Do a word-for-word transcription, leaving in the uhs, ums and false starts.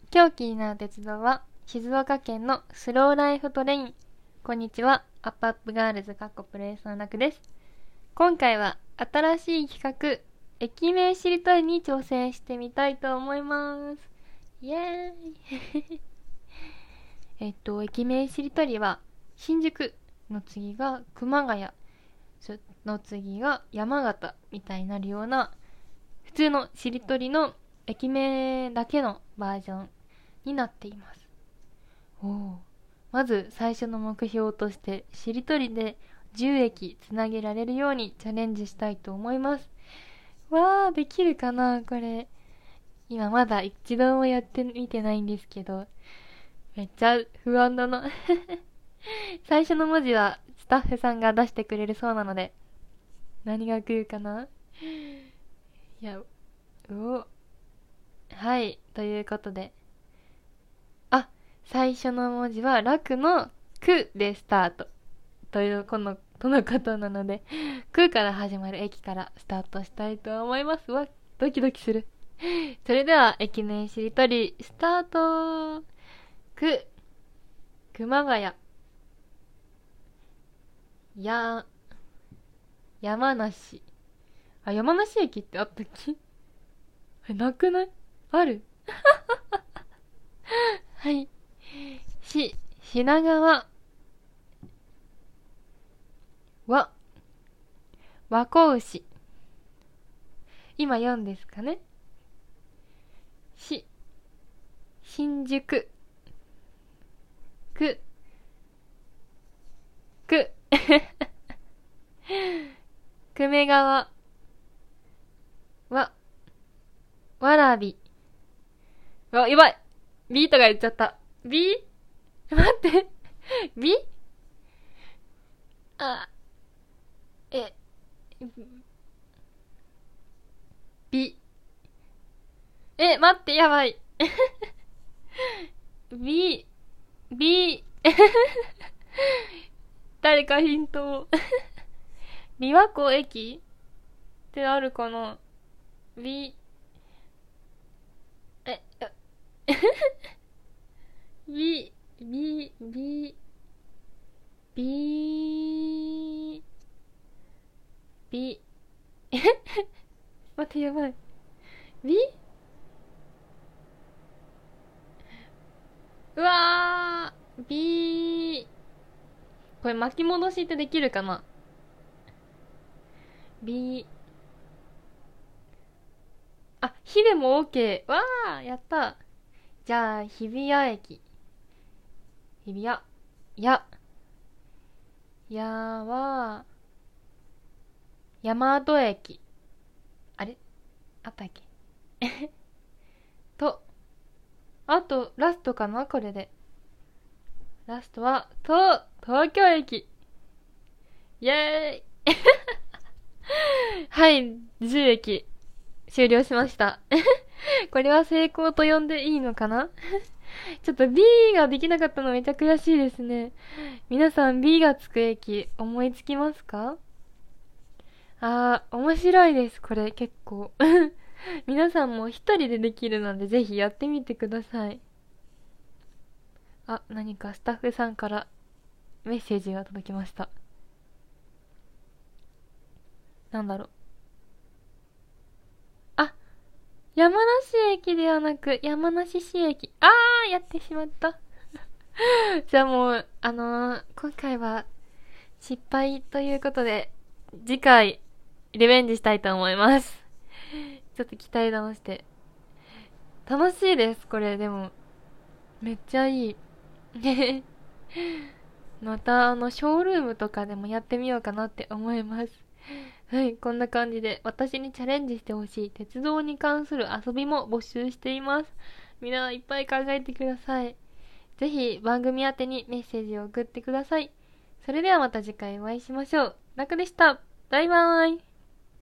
今日気になる鉄道は静岡県のスローライフトレイン。こんにちは、アップアップガールズかっこプレイスの中です。今回は新しい企画、駅名しりとりに挑戦してみたいと思います。イエーイえっと、駅名しりとりは新宿の次が熊谷の次が山形みたいになるような普通のしりとりの駅名だけのバージョンになっています。おお、まず最初の目標としてしりとりでじゅう駅つなげられるようにチャレンジしたいと思います。わー、できるかなこれ。今まだ一度もやってみてないんですけど、めっちゃ不安だな最初の文字はスタッフさんが出してくれるそうなので、何が来るかな。いや、うお、はい、ということで、あ、最初の文字は楽のくでスタートというこのとのことなので、くから始まる駅からスタートしたいと思います。わ、ドキドキする。それでは駅名しりとりスタート。く、熊谷、や、山梨。あ、山梨駅ってあったっけ？え、なくない？あるはい。し、品川、わ、和光市。今読んですかね。し、新宿、く、く、久米川、わ、わらび。わ、やばい !B とか言っちゃった。B？ 待って。B？ あ、え、B。え、待って、やばい。B、B。誰かヒントを。琵琶湖駅ってあるかな？ B、え、B、B、B、B、B、え待って、やばい。B？ うわー、B。これ巻き戻しってできるかな？ B。あ、火でも OK。わー、やった。じゃあ、日比谷駅。日比谷。や。やは、大和駅。あれあったっけと、あと、ラストかなこれで。ラストは、と、東京駅。イェーイはい、じゅう駅、終了しました。これは成功と呼んでいいのかなちょっと B ができなかったのめちゃ悔しいですね。皆さん B がつく駅思いつきますか？あー、面白いです、これ結構。皆さんも一人でできるのでぜひやってみてください。あ、何かスタッフさんからメッセージが届きました。なんだろう。あ、山梨駅ではなく山梨市駅。あー、やってしまった。じゃあもう、あのー、今回は失敗ということで、次回、リベンジしたいと思います。ちょっと期待直して。楽しいです、これ、でも。めっちゃいい。また、あの、ショールームとかでもやってみようかなって思います。はい、こんな感じで、私にチャレンジしてほしい鉄道に関する遊びも募集しています。みんないっぱい考えてください。ぜひ、番組宛てにメッセージを送ってください。それではまた次回お会いしましょう。楽でした。バイバーイ。